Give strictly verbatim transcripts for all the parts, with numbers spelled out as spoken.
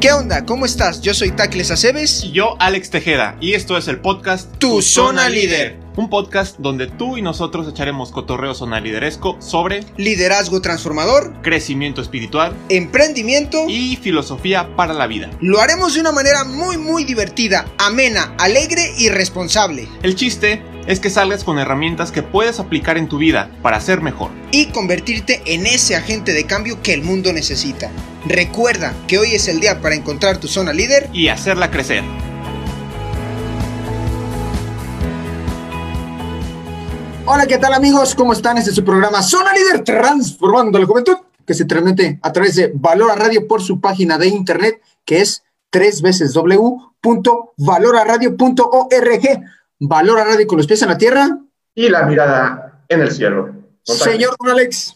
¿Qué onda? ¿Cómo estás? Yo soy Tacles Aceves. Y yo, Alex Tejeda. Y esto es el podcast Tu, tu Zona, Zona Líder. Un podcast donde tú y nosotros echaremos cotorreo sonalideresco sobre liderazgo transformador, crecimiento espiritual, emprendimiento y filosofía para la vida. Lo haremos de una manera muy muy divertida, amena, alegre y responsable. El chiste es que salgas con herramientas que puedes aplicar en tu vida para ser mejor y convertirte en ese agente de cambio que el mundo necesita. Recuerda que hoy es el día para encontrar tu zona líder y hacerla crecer. Hola, ¿qué tal amigos? ¿Cómo están? Este es su programa Zona Líder, transformando la juventud, que se transmite a través de Valora Radio por su página de internet, que es tres veces doble u punto valora radio punto org. Valora Radio con los pies en la tierra y la mirada en el cielo. Contacles. Señor Don Alex,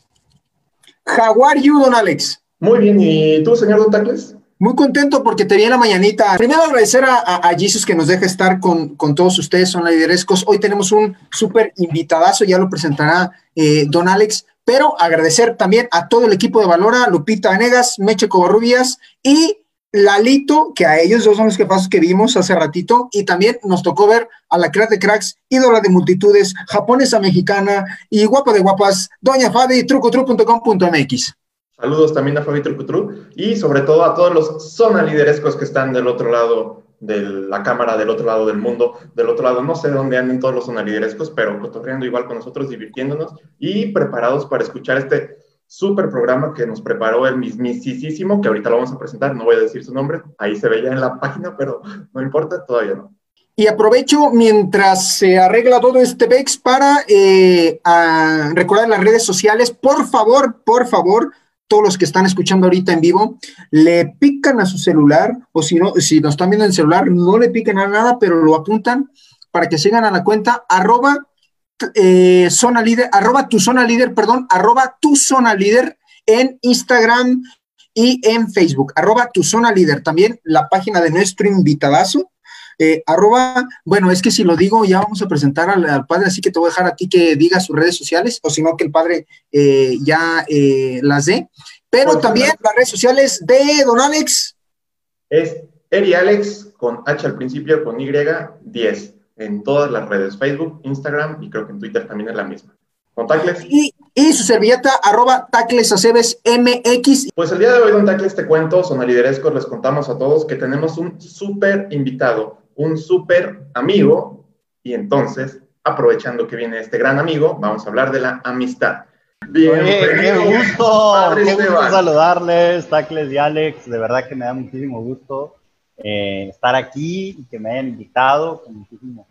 how are you, Don Alex? Muy bien, ¿y tú, señor Don Tacles? Muy contento porque te vi en la mañanita. Primero agradecer a, a, a Jesus que nos deja estar con, con todos ustedes, son liderescos. Hoy tenemos un súper invitadazo, ya lo presentará eh, Don Alex, pero agradecer también a todo el equipo de Valora, Lupita Venegas, Meche Covarrubias y Lalito, que a ellos dos son los que pasos que vimos hace ratito, y también nos tocó ver a la crack de cracks, ídola de multitudes, japonesa mexicana y guapa de guapas, doña Fabi, trucotru punto com punto m x. Saludos también a Fabi Trucotru y sobre todo a todos los zona liderescos que están del otro lado de la cámara, del otro lado del mundo, del otro lado, no sé dónde anden todos los zona liderescos, pero cotorreando igual con nosotros, divirtiéndonos y preparados para escuchar este súper programa que nos preparó el mismísimo, que ahorita lo vamos a presentar, no voy a decir su nombre, ahí se veía en la página, pero no importa, todavía no. Y aprovecho mientras se arregla todo este Vex para eh, a recordar las redes sociales, por favor, por favor, todos los que están escuchando ahorita en vivo, le pican a su celular, o si no, si nos están viendo en el celular, no le piquen a nada, pero lo apuntan para que sigan a la cuenta, arroba Eh, zona líder, arroba tu zona líder, perdón, arroba tu zona líder en Instagram y en Facebook, arroba tu zona líder, también la página de nuestro invitadazo, eh, arroba, bueno, es que si lo digo ya vamos a presentar al, al padre, así que te voy a dejar a ti que digas sus redes sociales, o si no que el padre eh, ya eh, las dé, pero pues también las redes sociales de Don Alex. Es Eri Alex con H al principio, con Y diez. En todas las redes, Facebook, Instagram y creo que en Twitter también es la misma. ¿Con Tacles? Y, y su servilleta, arroba Tacles Aceves M X. Pues el día de hoy, Don Tacles, te cuento, sonaliderescos, les contamos a todos que tenemos un súper invitado, un súper amigo, y entonces, aprovechando que viene este gran amigo, vamos a hablar de la amistad. Bienvenido. Oye, qué gusto, qué gusto saludarles, Tacles y Alex, de verdad que me da muchísimo gusto. Eh, estar aquí y que me hayan invitado con muchísimo.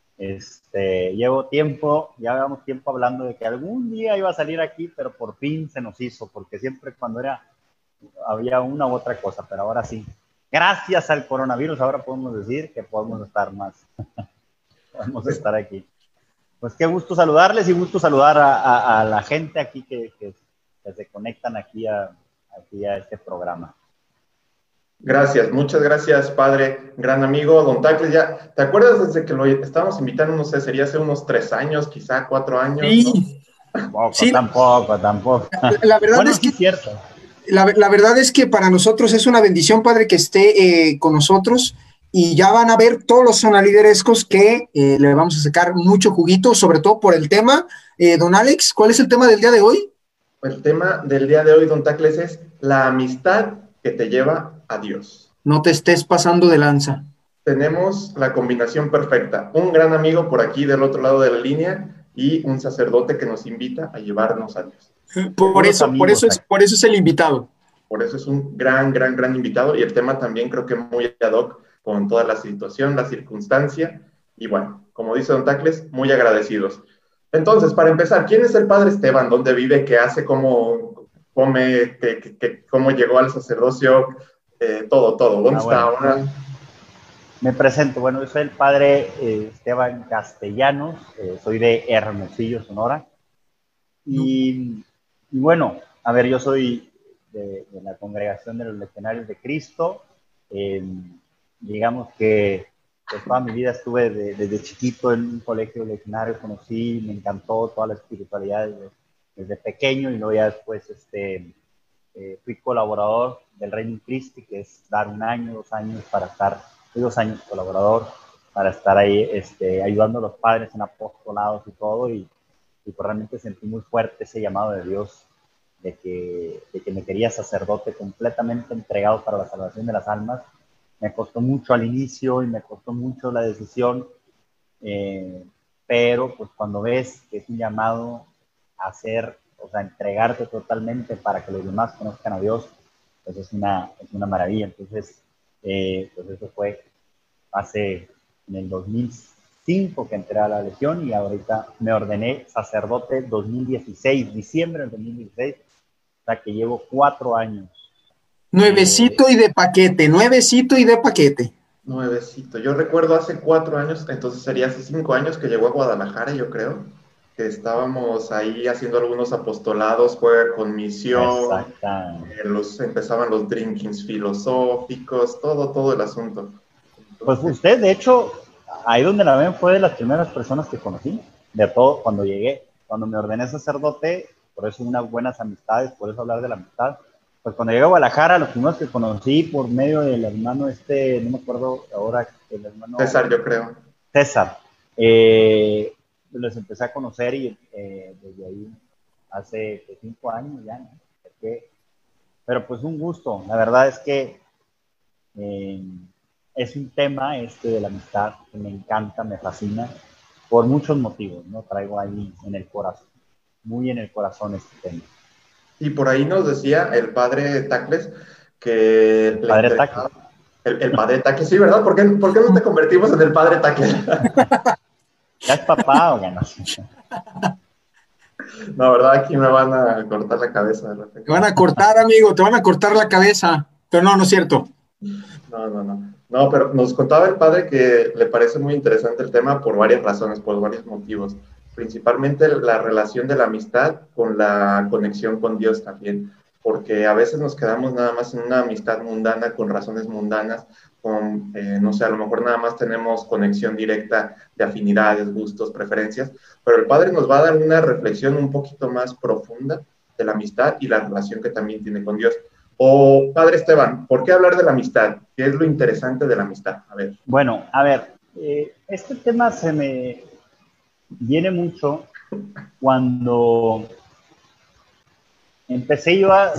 Este, llevo tiempo, ya llevamos tiempo hablando de que algún día iba a salir aquí, pero por fin se nos hizo, porque siempre cuando era, había una u otra cosa, pero ahora sí. Gracias al coronavirus, ahora podemos decir que podemos estar más. Podemos estar aquí. Pues qué gusto saludarles y gusto saludar a, a, a la gente aquí que, que, que se conectan aquí a, aquí a este programa. Gracias, muchas gracias, padre, gran amigo, Don Tacles. Ya, ¿te acuerdas desde que lo estábamos invitando? No sé, sería hace unos tres años, quizá cuatro años. Sí, ¿no? Tampoco, sí. tampoco, tampoco. La, la verdad bueno, es que sí es cierto. La, la verdad es que para nosotros es una bendición, padre, que esté eh, con nosotros y ya van a ver todos los sonaliderescos que eh, le vamos a sacar mucho juguito, sobre todo por el tema. Eh, Don Alex, ¿cuál es el tema del día de hoy? El tema del día de hoy, Don Tacles, es la amistad que te lleva a Dios. No te estés pasando de lanza. Tenemos la combinación perfecta. Un gran amigo por aquí del otro lado de la línea y un sacerdote que nos invita a llevarnos a Dios. Por eso, por eso es, por eso es el invitado. Por eso es un gran, gran, gran invitado y el tema también creo que muy ad hoc con toda la situación, la circunstancia y bueno, como dice Don Tacles, muy agradecidos. Entonces, para empezar, ¿quién es el Padre Esteban? ¿Dónde vive? ¿Qué hace? ¿Cómo come? ¿Qué, qué, qué, ¿Cómo llegó al sacerdocio? Eh, todo, todo. ¿Dónde ah, está bueno. ahora? Me presento. Bueno, yo soy el Padre eh, Esteban Castellanos. Eh, soy de Hermosillo, Sonora. Y, y bueno, a ver, yo soy de, de la Congregación de los Legionarios de Cristo. Eh, digamos que pues, toda mi vida estuve de, desde chiquito en un colegio legionario, conocí, me encantó toda la espiritualidad desde, desde pequeño y luego ya después este, eh, fui colaborador del Reino Christi, que es dar un año, dos años para estar, dos años colaborador, para estar ahí este, ayudando a los padres en apostolados y todo, y, y pues realmente sentí muy fuerte ese llamado de Dios, de que, de que me quería sacerdote completamente entregado para la salvación de las almas. Me costó mucho al inicio y me costó mucho la decisión, eh, pero pues cuando ves que es un llamado a hacer, o sea, entregarte totalmente para que los demás conozcan a Dios, pues es una, es una maravilla. Entonces, eh, pues eso fue hace, en el dos mil cinco que entré a la Legión, y ahorita me ordené sacerdote dos mil dieciséis, diciembre del dos mil dieciséis, o sea que llevo cuatro años. Nuevecito eh, y de paquete, nuevecito y de paquete. Nuevecito. Yo recuerdo hace cuatro años, entonces sería hace cinco años que llegó a Guadalajara, yo creo, que estábamos ahí haciendo algunos apostolados, fue con misión, eh, los, empezaban los drinkings filosóficos, todo, todo el asunto. Entonces, pues usted, de hecho, ahí donde la ven fue de las primeras personas que conocí, de todo, cuando llegué, cuando me ordené sacerdote, por eso unas buenas amistades, por eso hablar de la amistad. Pues cuando llegué a Guadalajara, los primeros que conocí por medio del hermano este, no me acuerdo ahora, el hermano... César, yo creo. César. Eh, los empecé a conocer y eh, desde ahí hace pues, cinco años ya, ¿no? Porque, pero pues un gusto. La verdad es que eh, es un tema este de la amistad que me encanta, me fascina, por muchos motivos, ¿no? Traigo ahí en el corazón, muy en el corazón este tema. Y por ahí nos decía el padre Tacles que... El padre Tacles. El, el padre Tacles, sí, ¿verdad? ¿Por qué, ¿Por qué no te convertimos en el padre Tacles? ¿Ya es papá o ya no? No, ¿verdad? Aquí me van a cortar la cabeza. De repente. Te van a cortar, amigo, te van a cortar la cabeza. Pero no, no es cierto. No, no, no. No, pero nos contaba el padre que le parece muy interesante el tema por varias razones, por varios motivos. Principalmente la relación de la amistad con la conexión con Dios también, porque a veces nos quedamos nada más en una amistad mundana con razones mundanas, con, eh, no sé, a lo mejor nada más tenemos conexión directa de afinidades, gustos, preferencias, pero el Padre nos va a dar una reflexión un poquito más profunda de la amistad y la relación que también tiene con Dios. O, Padre Esteban, ¿por qué hablar de la amistad? ¿Qué es lo interesante de la amistad? A ver. Bueno, a ver, eh, este tema se me viene mucho cuando empecé yo a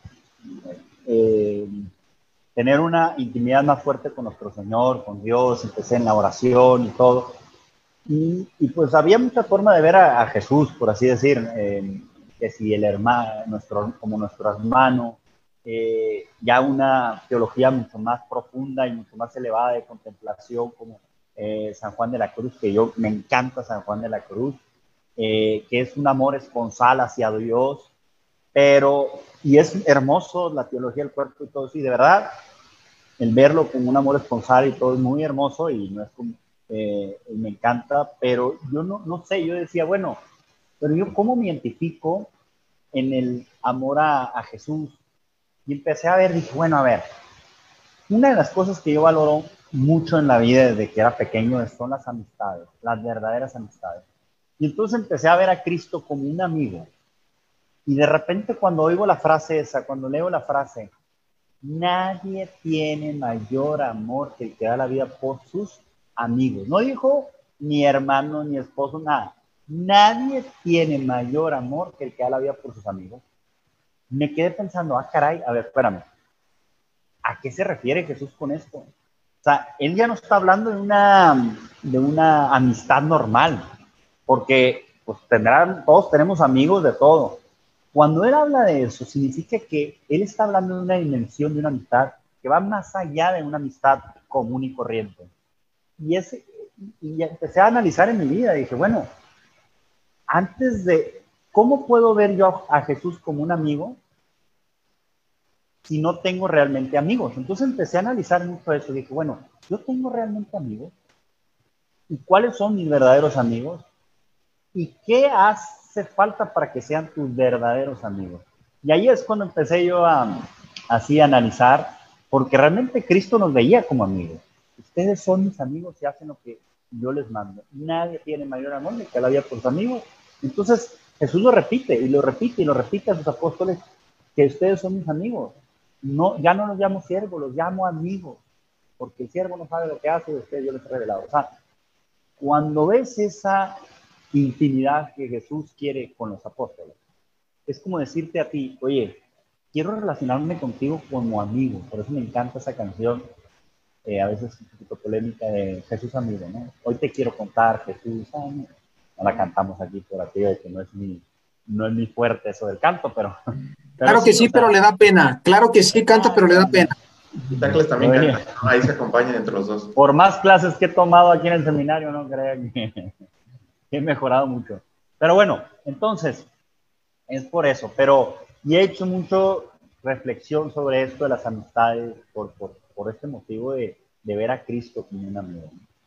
eh, tener una intimidad más fuerte con nuestro Señor, con Dios, empecé en la oración y todo, y, y pues había mucha forma de ver a, a Jesús, por así decir, eh, que si el hermano, nuestro, como nuestro hermano, eh, ya una teología mucho más profunda y mucho más elevada de contemplación, como eh, San Juan de la Cruz, que yo me encanta San Juan de la Cruz, eh, que es un amor esponsal hacia Dios, pero, y es hermoso la teología del cuerpo y todo eso, y de verdad, el verlo como un amor esponsal y todo es muy hermoso, y no es como, eh, me encanta, pero yo no, no sé, yo decía, bueno, pero yo cómo me identifico en el amor a, a Jesús, y empecé a ver, dije, bueno, a ver, una de las cosas que yo valoro mucho en la vida desde que era pequeño son las amistades, las verdaderas amistades. Y entonces empecé a ver a Cristo como un amigo. Y de repente cuando oigo la frase esa, cuando leo la frase, nadie tiene mayor amor que el que da la vida por sus amigos. No dijo ni hermano, ni esposo, nada. Nadie tiene mayor amor que el que da la vida por sus amigos. Me quedé pensando, ah, caray, a ver, espérame. ¿A qué se refiere Jesús con esto? O sea, él ya no está hablando de una, de una amistad normal, porque pues, tendrán, todos tenemos amigos de todo. Cuando él habla de eso, significa que él está hablando de una dimensión de una amistad que va más allá de una amistad común y corriente. Y, ese, y empecé a analizar en mi vida, dije, bueno, antes de, ¿cómo puedo ver yo a Jesús como un amigo si no tengo realmente amigos? Entonces empecé a analizar mucho eso. Dije, bueno, ¿yo tengo realmente amigos? ¿Y cuáles son mis verdaderos amigos? ¿Y qué hace falta para que sean tus verdaderos amigos? Y ahí es cuando empecé yo a, así a analizar, porque realmente Cristo nos veía como amigos. Ustedes son mis amigos y hacen lo que yo les mando. Nadie tiene mayor amor que la vida por sus amigos. Entonces Jesús lo repite y lo repite y lo repite a sus apóstoles, que ustedes son mis amigos. no, ya no los llamo siervos, los llamo amigos, porque el siervo no sabe lo que hace y usted yo les he revelado. O sea, cuando ves esa intimidad que Jesús quiere con los apóstoles, es como decirte a ti, oye, quiero relacionarme contigo como amigo. Por eso me encanta esa canción, eh, a veces un poquito polémica, de Jesús amigo, ¿no? Hoy te quiero contar, Jesús, ah, no, no la cantamos aquí por aquello de que no es mi, no es mi fuerte eso del canto, pero... pero claro que sí, sí, o sea, pero le da pena. Claro que sí, canta, pero le da pena. Y Tacles también canta, ¿no? Ahí se acompañan entre los dos. Por más clases que he tomado aquí en el seminario, no crean que, que he mejorado mucho. Pero bueno, entonces, es por eso. Pero, y he hecho mucho reflexión sobre esto de las amistades por, por, por este motivo de, de ver a Cristo como un amigo.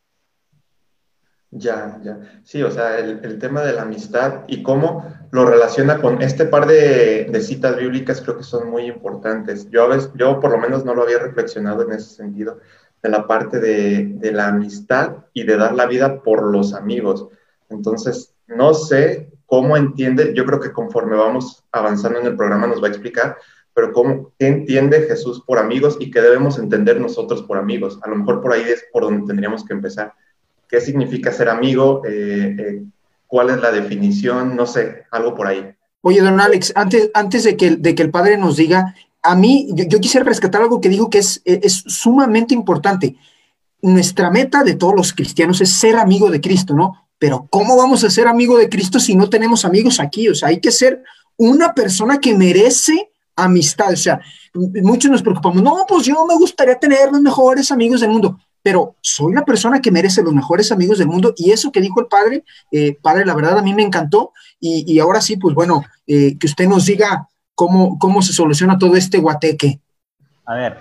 Ya, ya. Sí, o sea, el, el tema de la amistad y cómo lo relaciona con este par de, de citas bíblicas creo que son muy importantes. Yo, a veces, yo por lo menos no lo había reflexionado en ese sentido, de la parte de, de la amistad y de dar la vida por los amigos. Entonces, no sé cómo entiende, yo creo que conforme vamos avanzando en el programa nos va a explicar, pero cómo, qué entiende Jesús por amigos y qué debemos entender nosotros por amigos. A lo mejor por ahí es por donde tendríamos que empezar. ¿Qué significa ser amigo? Eh, eh, ¿Cuál es la definición? No sé, algo por ahí. Oye, don Alex, antes, antes de, que, de que el padre nos diga, a mí, yo, yo quisiera rescatar algo que dijo que es, es sumamente importante. Nuestra meta de todos los cristianos es ser amigo de Cristo, ¿no? Pero ¿cómo vamos a ser amigo de Cristo si no tenemos amigos aquí? O sea, hay que ser una persona que merece amistad. O sea, muchos nos preocupamos, no, pues yo me gustaría tener los mejores amigos del mundo, pero soy la persona que merece los mejores amigos del mundo. Y eso que dijo el padre, eh, padre, la verdad a mí me encantó. Y, y ahora sí, pues bueno, eh, que usted nos diga cómo, cómo se soluciona todo este guateque. A ver,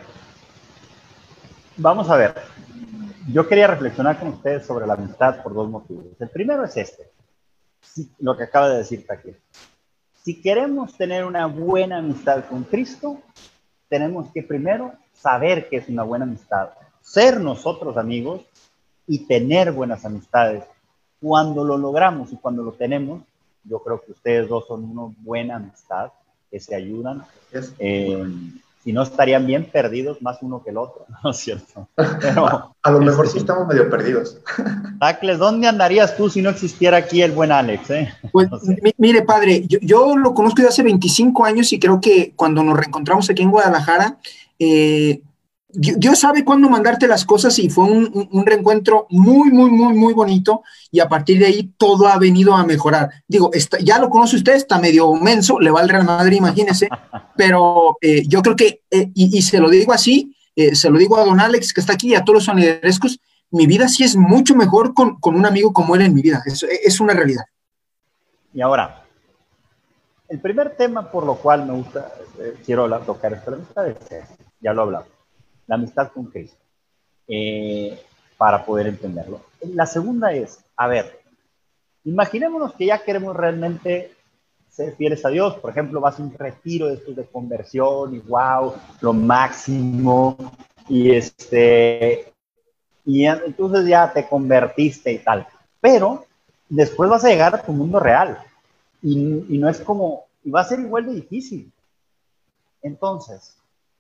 vamos a ver. Yo quería reflexionar con ustedes sobre la amistad por dos motivos. El primero es este, lo que acaba de decir Tacles. Si queremos tener una buena amistad con Cristo, tenemos que primero saber qué es una buena amistad, ser nosotros amigos y tener buenas amistades. Cuando lo logramos y cuando lo tenemos, yo creo que ustedes dos son una buena amistad, que se ayudan. Eh, si no, estarían bien perdidos, más uno que el otro, ¿no es cierto? Pero, a lo mejor sí estamos medio perdidos. Tacles, ¿dónde andarías tú si no existiera aquí el buen Alex? Eh? Pues, No sé. mire, padre, yo, yo lo conozco de hace veinticinco años y creo que cuando nos reencontramos aquí en Guadalajara, eh, Dios sabe cuándo mandarte las cosas y fue un, un, un reencuentro muy, muy, muy, muy bonito y a partir de ahí todo ha venido a mejorar. Digo, está, ya lo conoce usted, está medio menso, le va al Real Madrid, imagínese, pero eh, yo creo que, eh, y, y se lo digo así, eh, se lo digo a don Alex que está aquí y a todos los soniderescos, mi vida sí es mucho mejor con, con un amigo como él en mi vida, es, es una realidad. Y ahora, el primer tema por lo cual me gusta, eh, quiero hablar, tocar esta amistad es este, ya lo hablamos. La amistad con Cristo, eh, para poder entenderlo. La segunda es, a ver, imaginémonos que ya queremos realmente ser fieles a Dios. Por ejemplo, vas a un retiro de estos de conversión y wow, lo máximo, y este, y entonces ya te convertiste y tal. Pero después vas a llegar a tu mundo real y, y no es como, y va a ser igual de difícil. Entonces,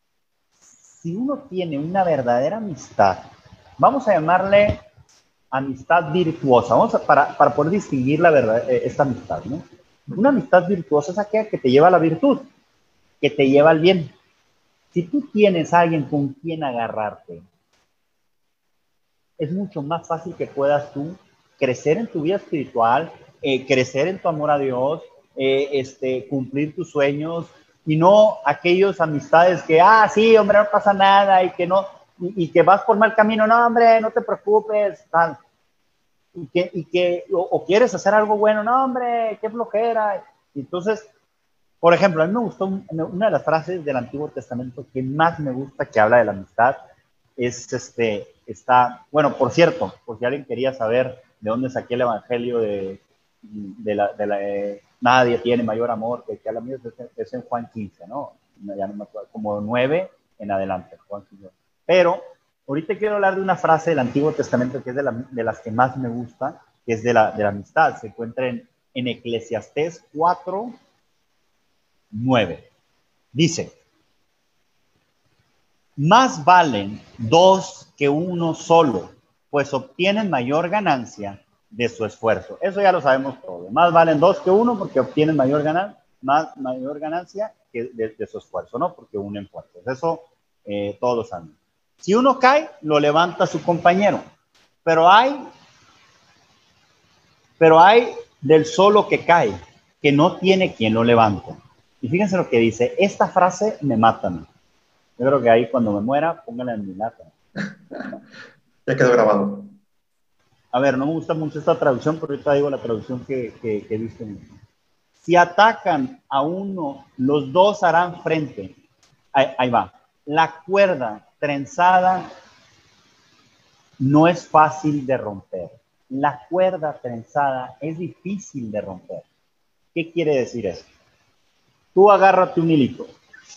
si uno tiene una verdadera amistad, vamos a llamarle amistad virtuosa, vamos a, para, para poder distinguir la verdad, esta amistad, ¿no? Una amistad virtuosa es aquella que te lleva a la virtud, que te lleva al bien. Si tú tienes a alguien con quien agarrarte, es mucho más fácil que puedas tú crecer en tu vida espiritual, eh, crecer en tu amor a Dios, eh, este, cumplir tus sueños, y no aquellas amistades que, ah, sí, hombre, no pasa nada, y que no, y, y que vas por mal camino, no, hombre, no te preocupes, tal. Y que, y que o, o quieres hacer algo bueno, no, hombre, qué flojera. Entonces, por ejemplo, a mí me gustó una de las frases del Antiguo Testamento que más me gusta que habla de la amistad, es este, está, bueno, por cierto, por si alguien quería saber de dónde saqué el evangelio de, de la, de la eh, nadie tiene mayor amor que el amigo, es, es en Juan quince, ¿no? Ya no me acuerdo, como nueve en adelante, Juan quince. Pero ahorita quiero hablar de una frase del Antiguo Testamento que es de, la, de las que más me gusta, que es de la, de la amistad. Se encuentra en, en Eclesiastés cuatro, nueve. Dice, Más valen dos que uno solo, pues obtienen mayor ganancia de su esfuerzo. Eso ya lo sabemos todos. Más valen dos que uno porque obtienen mayor, ganan más, mayor ganancia que de, de su esfuerzo, ¿no? Porque unen fuerzas. Eso eh, todos lo saben. Si uno cae, lo levanta su compañero. Pero hay, pero hay del solo que cae, que no tiene quien lo levante. Y fíjense lo que dice. Esta frase me mata. Yo creo que ahí cuando me muera, pónganla en mi lata. Ya quedó grabado. A ver, no me gusta mucho esta traducción, pero ahorita digo la traducción que, que, que dice. Si atacan a uno, los dos harán frente. Ahí, ahí va. La cuerda trenzada no es fácil de romper. La cuerda trenzada es difícil de romper. ¿Qué quiere decir eso? Tú agárrate un hilito.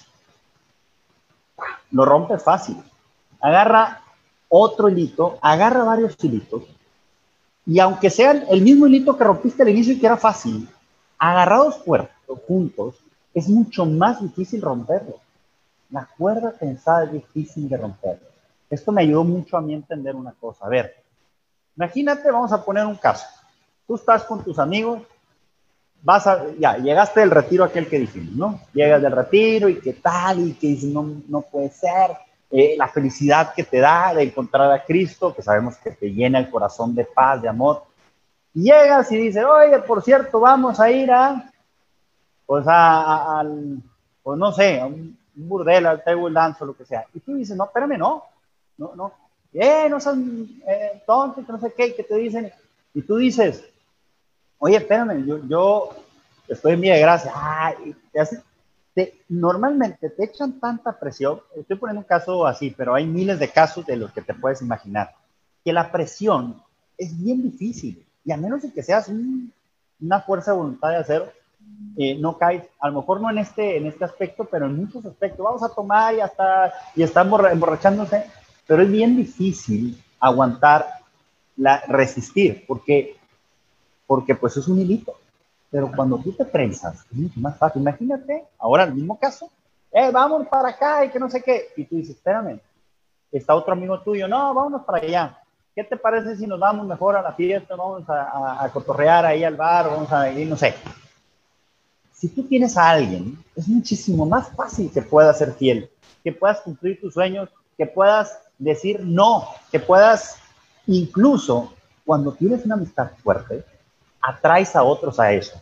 Lo rompes fácil. Agarra otro hilito, agarra varios hilitos, y aunque sean el mismo hilito que rompiste al inicio y que era fácil, agarrados fuertes, juntos, es mucho más difícil romperlo. La cuerda tensada es difícil de romper. Esto me ayudó mucho a mí a entender una cosa. A ver, imagínate, vamos a poner un caso. Tú estás con tus amigos, vas a, ya, llegaste del retiro aquel que dijimos, ¿no? Llegas del retiro y qué tal, y que dices, no, no puede ser. Eh, la felicidad que te da de encontrar a Cristo, que sabemos que te llena el corazón de paz, de amor. Y llegas y dices, oye, por cierto, vamos a ir a, pues a, a al, pues no sé, a un, un burdel, al table dance o lo que sea. Y tú dices, no, espérame, no, no, no, eh, no son eh, tontos, no sé qué, que te dicen. Y tú dices, oye, espérame, yo, yo estoy en vía de gracia. Ay, te hace, te, normalmente te echan tanta presión. Estoy poniendo un caso así, pero hay miles de casos de los que te puedes imaginar. Que la presión es bien difícil. Y a menos de que seas un, una fuerza de voluntad de acero, eh, no caes, a lo mejor no en este, en este aspecto, pero en muchos aspectos. Vamos a tomar y hasta y está emborrachándose, pero es bien difícil aguantar, la, resistir, porque, porque pues es un hilito. Pero cuando tú te prensas, es mucho más fácil. Imagínate, ahora el mismo caso, eh, vamos para acá y que no sé qué. Y tú dices, espérame, está otro amigo tuyo, no, vámonos para allá. ¿Qué te parece si nos vamos mejor a la fiesta? Vamos a, a, a cotorrear ahí al bar, vamos a ir, no sé. Si tú tienes a alguien, es muchísimo más fácil que puedas ser fiel, que puedas cumplir tus sueños, que puedas decir no, que puedas, incluso cuando tienes una amistad fuerte, atraes a otros a eso.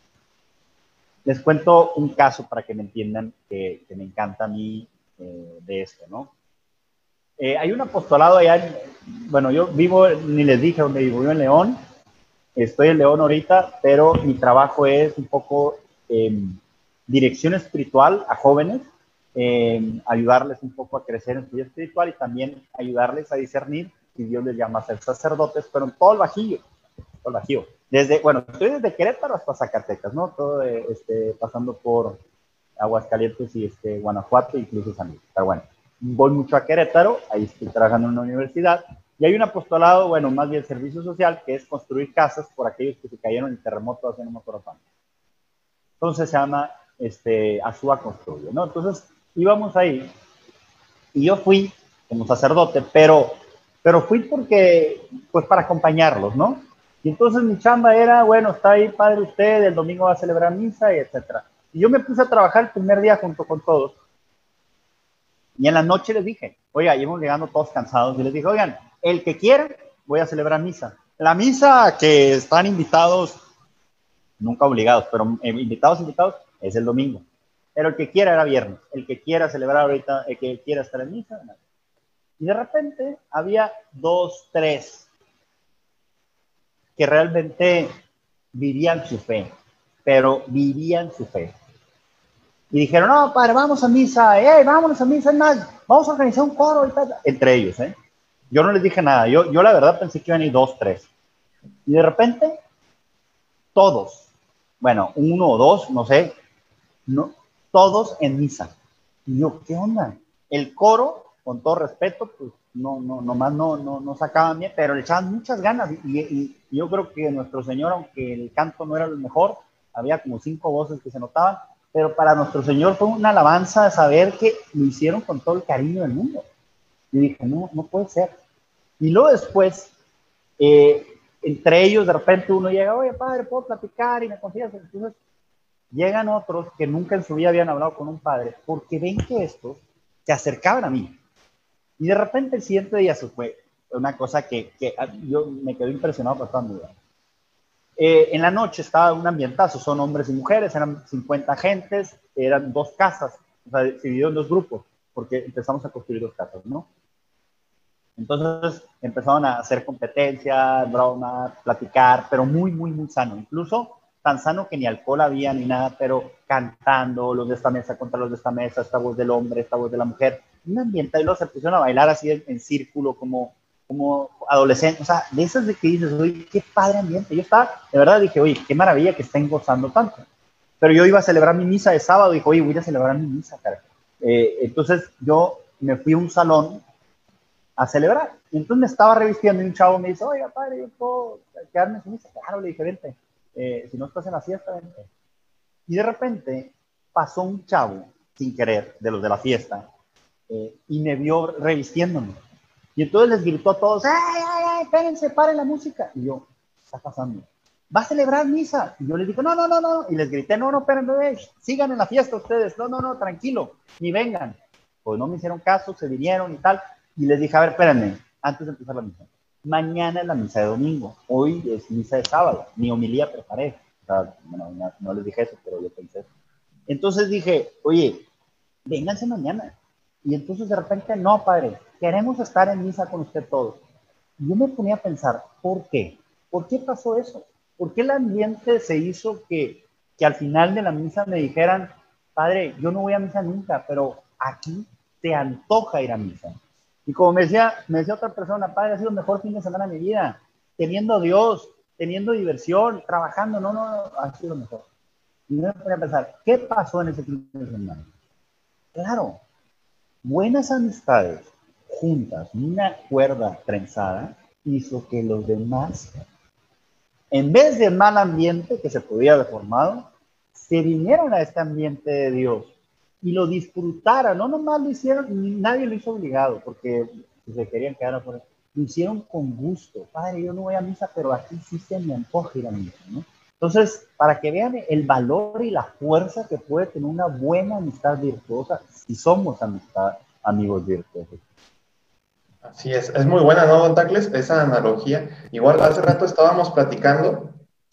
Les cuento un caso para que me entiendan que, que me encanta a mí eh, de esto, ¿no? Eh, hay un apostolado allá, en, bueno, yo vivo, ni les dije dónde vivo, vivo en León, estoy en León ahorita, pero mi trabajo es un poco eh, dirección espiritual a jóvenes, eh, ayudarles un poco a crecer en su vida espiritual y también ayudarles a discernir si Dios les llama a ser sacerdotes, pero en todo el Bajío, todo el Bajío. Desde, bueno, estoy desde Querétaro hasta Zacatecas, ¿no? Todo eh, este, pasando por Aguascalientes y este, Guanajuato, incluso San Luis, está bueno. Voy mucho a Querétaro, ahí estoy trabajando en una universidad, y hay un apostolado, bueno, más bien servicio social, que es construir casas por aquellos que se cayeron en el terremoto hace no me acuerdo cuánto. Entonces se llama este, Azúa Construye, ¿no? Entonces íbamos ahí, y yo fui como sacerdote, pero, pero fui porque, pues para acompañarlos, ¿no? Y entonces mi chamba era, bueno, está ahí padre usted, el domingo va a celebrar misa, y etcétera. Y yo me puse a trabajar el primer día junto con todos. Y en la noche les dije, oiga, íbamos llegando todos cansados, y les dije, oigan, el que quiera, voy a celebrar misa. La misa que están invitados, nunca obligados, pero eh, invitados, invitados, es el domingo. Pero el que quiera era viernes, el que quiera celebrar ahorita, el que quiera estar en misa. Nada. Y de repente había dos, tres que realmente vivían su fe, pero vivían su fe. Y dijeron, no, padre, vamos a misa, hey, vámonos a misa, más, vamos a organizar un coro y tal. Entre ellos, ¿eh? Yo no les dije nada, yo, yo la verdad pensé que iban a ir dos, tres. Y de repente, todos, bueno, uno o dos, no sé, no, todos en misa. Y yo, ¿qué onda? El coro, con todo respeto, pues no, no, nomás no, no, no sacaban bien, pero le echaban muchas ganas. Y, y, y yo creo que nuestro Señor, aunque el canto no era el mejor, había como cinco voces que se notaban, pero para nuestro Señor fue una alabanza de saber que lo hicieron con todo el cariño del mundo. Y dije, no, no puede ser. Y luego después, eh, entre ellos, de repente uno llega, oye, padre, ¿puedo platicar? Y me confías. Entonces, llegan otros que nunca en su vida habían hablado con un padre, porque ven que estos se acercaban a mí. Y de repente el siguiente día se fue una cosa que, que yo me quedé impresionado por toda mi vida. Eh, en la noche estaba un ambientazo, son hombres y mujeres, eran cincuenta gentes, eran dos casas, o sea, se dividió en dos grupos, porque empezamos a construir dos casas, ¿no? Entonces empezaron a hacer competencias, bromas, platicar, pero muy, muy, muy sano. Incluso tan sano que ni alcohol había ni nada, pero cantando, los de esta mesa contra los de esta mesa, esta voz del hombre, esta voz de la mujer. Un ambiente, y luego se pusieron a bailar así en, en círculo, como, como adolescentes. O sea, de esas de que dices, oye, qué padre ambiente. Yo estaba, de verdad dije, oye, qué maravilla que estén gozando tanto. Pero yo iba a celebrar mi misa de sábado, y dije, oye, voy a celebrar mi misa, cara. Eh, entonces yo me fui a un salón a celebrar. Y entonces me estaba revistiendo y un chavo me dice, oiga, padre, ¿yo puedo quedarme en su misa? Claro, le dije, vente. Eh, si no estás en la fiesta, vente. Y de repente pasó un chavo, sin querer, de los de la fiesta, eh, y me vio revistiéndome. Y entonces les gritó a todos, ¡ay, ay, ay, espérense, paren la música! Y yo, ¿qué está pasando? ¿Va a celebrar misa? Y yo les dije, no, no, no, no. Y les grité, no, no, espérenme, sigan en la fiesta ustedes. No, no, no, tranquilo, ni vengan. Pues no me hicieron caso, se vinieron y tal. Y les dije, a ver, espérenme, antes de empezar la misa. Mañana es la misa de domingo, hoy es misa de sábado, ni homilía preparé. O sea, bueno, no, no les dije eso, pero yo pensé eso. Entonces dije, oye, vénganse mañana. Y entonces de repente, no, padre, queremos estar en misa con usted todos. Y yo me ponía a pensar, ¿por qué? ¿Por qué pasó eso? ¿Por qué el ambiente se hizo que, que al final de la misa me dijeran, padre, yo no voy a misa nunca, pero aquí te antoja ir a misa? Y como me decía, me decía otra persona, padre, ha sido el mejor fin de semana de mi vida, teniendo a Dios, teniendo diversión, trabajando, no, no, no, ha sido lo mejor. Y me ponía a pensar, ¿qué pasó en ese fin de semana? Claro, buenas amistades juntas, una cuerda trenzada, hizo que los demás, en vez de mal ambiente que se podía haber formado, se vinieron a este ambiente de Dios y lo disfrutaran. No nomás lo hicieron, nadie lo hizo obligado, porque se querían quedar por eso. Lo hicieron con gusto. Padre, yo no voy a misa, pero aquí sí se me antoja ir a misa, ¿no? Entonces, para que vean el valor y la fuerza que puede tener una buena amistad virtuosa, si somos amistad, amigos virtuosos. Así es, es muy buena, ¿no, don Tacles? Esa analogía. Igual hace rato estábamos platicando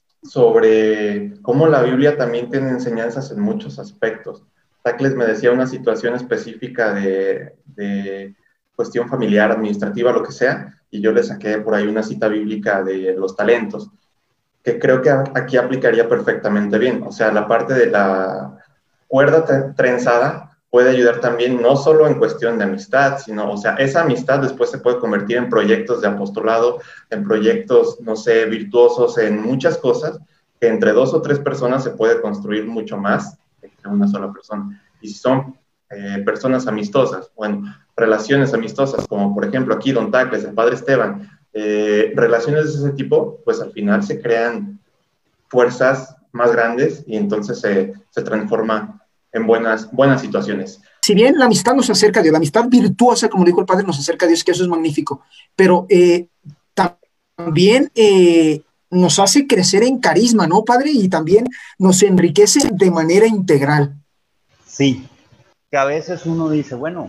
sobre cómo la Biblia también tiene enseñanzas en muchos aspectos. Tacles me decía una situación específica de, de cuestión familiar, administrativa, lo que sea, y yo le saqué por ahí una cita bíblica de los talentos, que creo que aquí aplicaría perfectamente bien. O sea, la parte de la cuerda trenzada puede ayudar también no solo en cuestión de amistad, sino, o sea, esa amistad después se puede convertir en proyectos de apostolado, en proyectos, no sé, virtuosos, en muchas cosas, que entre dos o tres personas se puede construir mucho más que entre una sola persona. Y si son eh, personas amistosas, bueno, relaciones amistosas, como por ejemplo aquí don Tacles, el padre Esteban, eh, relaciones de ese tipo, pues al final se crean fuerzas más grandes y entonces se, se transforma en buenas, buenas situaciones. Si bien la amistad nos acerca a Dios, la amistad virtuosa, como dijo el padre, nos acerca a Dios, que eso es magnífico, pero eh, también eh, nos hace crecer en carisma, ¿no, padre? Y también nos enriquece de manera integral. Sí, que a veces uno dice, bueno,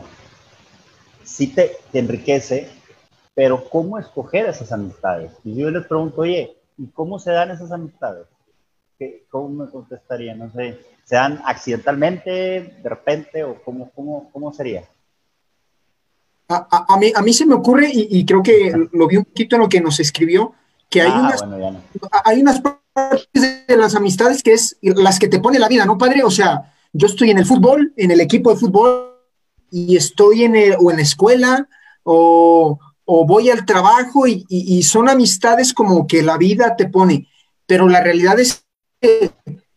sí te, te enriquece, pero ¿cómo escoger esas amistades? Y yo les pregunto, oye, ¿y cómo se dan esas amistades? ¿Qué, ¿Cómo me contestaría? No sé, ¿se dan accidentalmente, de repente, o cómo, cómo, cómo sería? A, a, a, mí, a mí se me ocurre, y, y creo que lo vi un poquito en lo que nos escribió, que hay, ah, unas, bueno, no. hay unas partes de las amistades que es las que te pone la vida, ¿no, padre? O sea, yo estoy en el fútbol, en el equipo de fútbol, y estoy en el, o en la escuela, o, o voy al trabajo, y, y, y son amistades como que la vida te pone, pero la realidad es que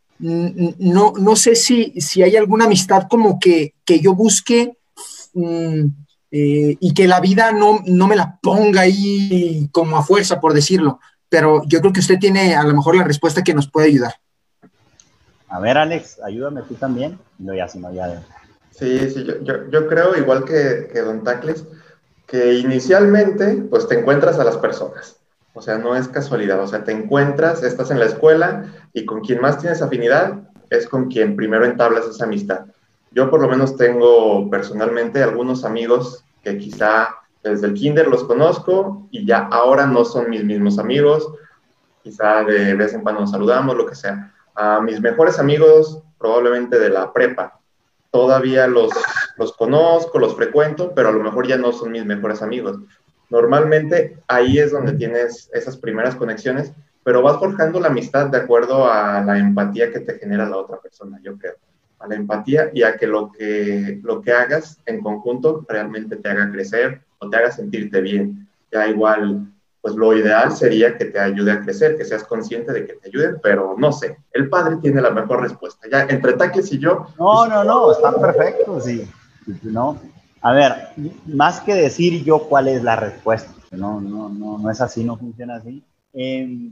no, no sé si, si hay alguna amistad como que, que yo busque mmm, eh, y que la vida no, no me la ponga ahí como a fuerza, por decirlo, pero yo creo que usted tiene a lo mejor la respuesta que nos puede ayudar. A ver, Alex, ayúdame tú también. No, ya, si no, ya. Sí, sí, yo, yo, yo creo, igual que, que Don Tacles, que inicialmente, pues te encuentras a las personas. O sea, no es casualidad. O sea, te encuentras, estás en la escuela y con quien más tienes afinidad es con quien primero entablas esa amistad. Yo por lo menos tengo personalmente algunos amigos que quizá desde el kinder los conozco y ya ahora no son mis mismos amigos. Quizá de vez en cuando nos saludamos, lo que sea. A mis mejores amigos probablemente de la prepa. Todavía los, los conozco, los frecuento, pero a lo mejor ya no son mis mejores amigos. Normalmente ahí es donde tienes esas primeras conexiones, pero vas forjando la amistad de acuerdo a la empatía que te genera la otra persona, yo creo. A la empatía y a que lo que, lo que hagas en conjunto realmente te haga crecer o te haga sentirte bien. Ya igual, pues lo ideal sería que te ayude a crecer, que seas consciente de que te ayuden, pero no sé, el padre tiene la mejor respuesta. Ya entre Tacles y yo... No, no, no, está perfecto, sí. No. A ver, más que decir yo cuál es la respuesta, no, no, no, no es así, no funciona así. Eh,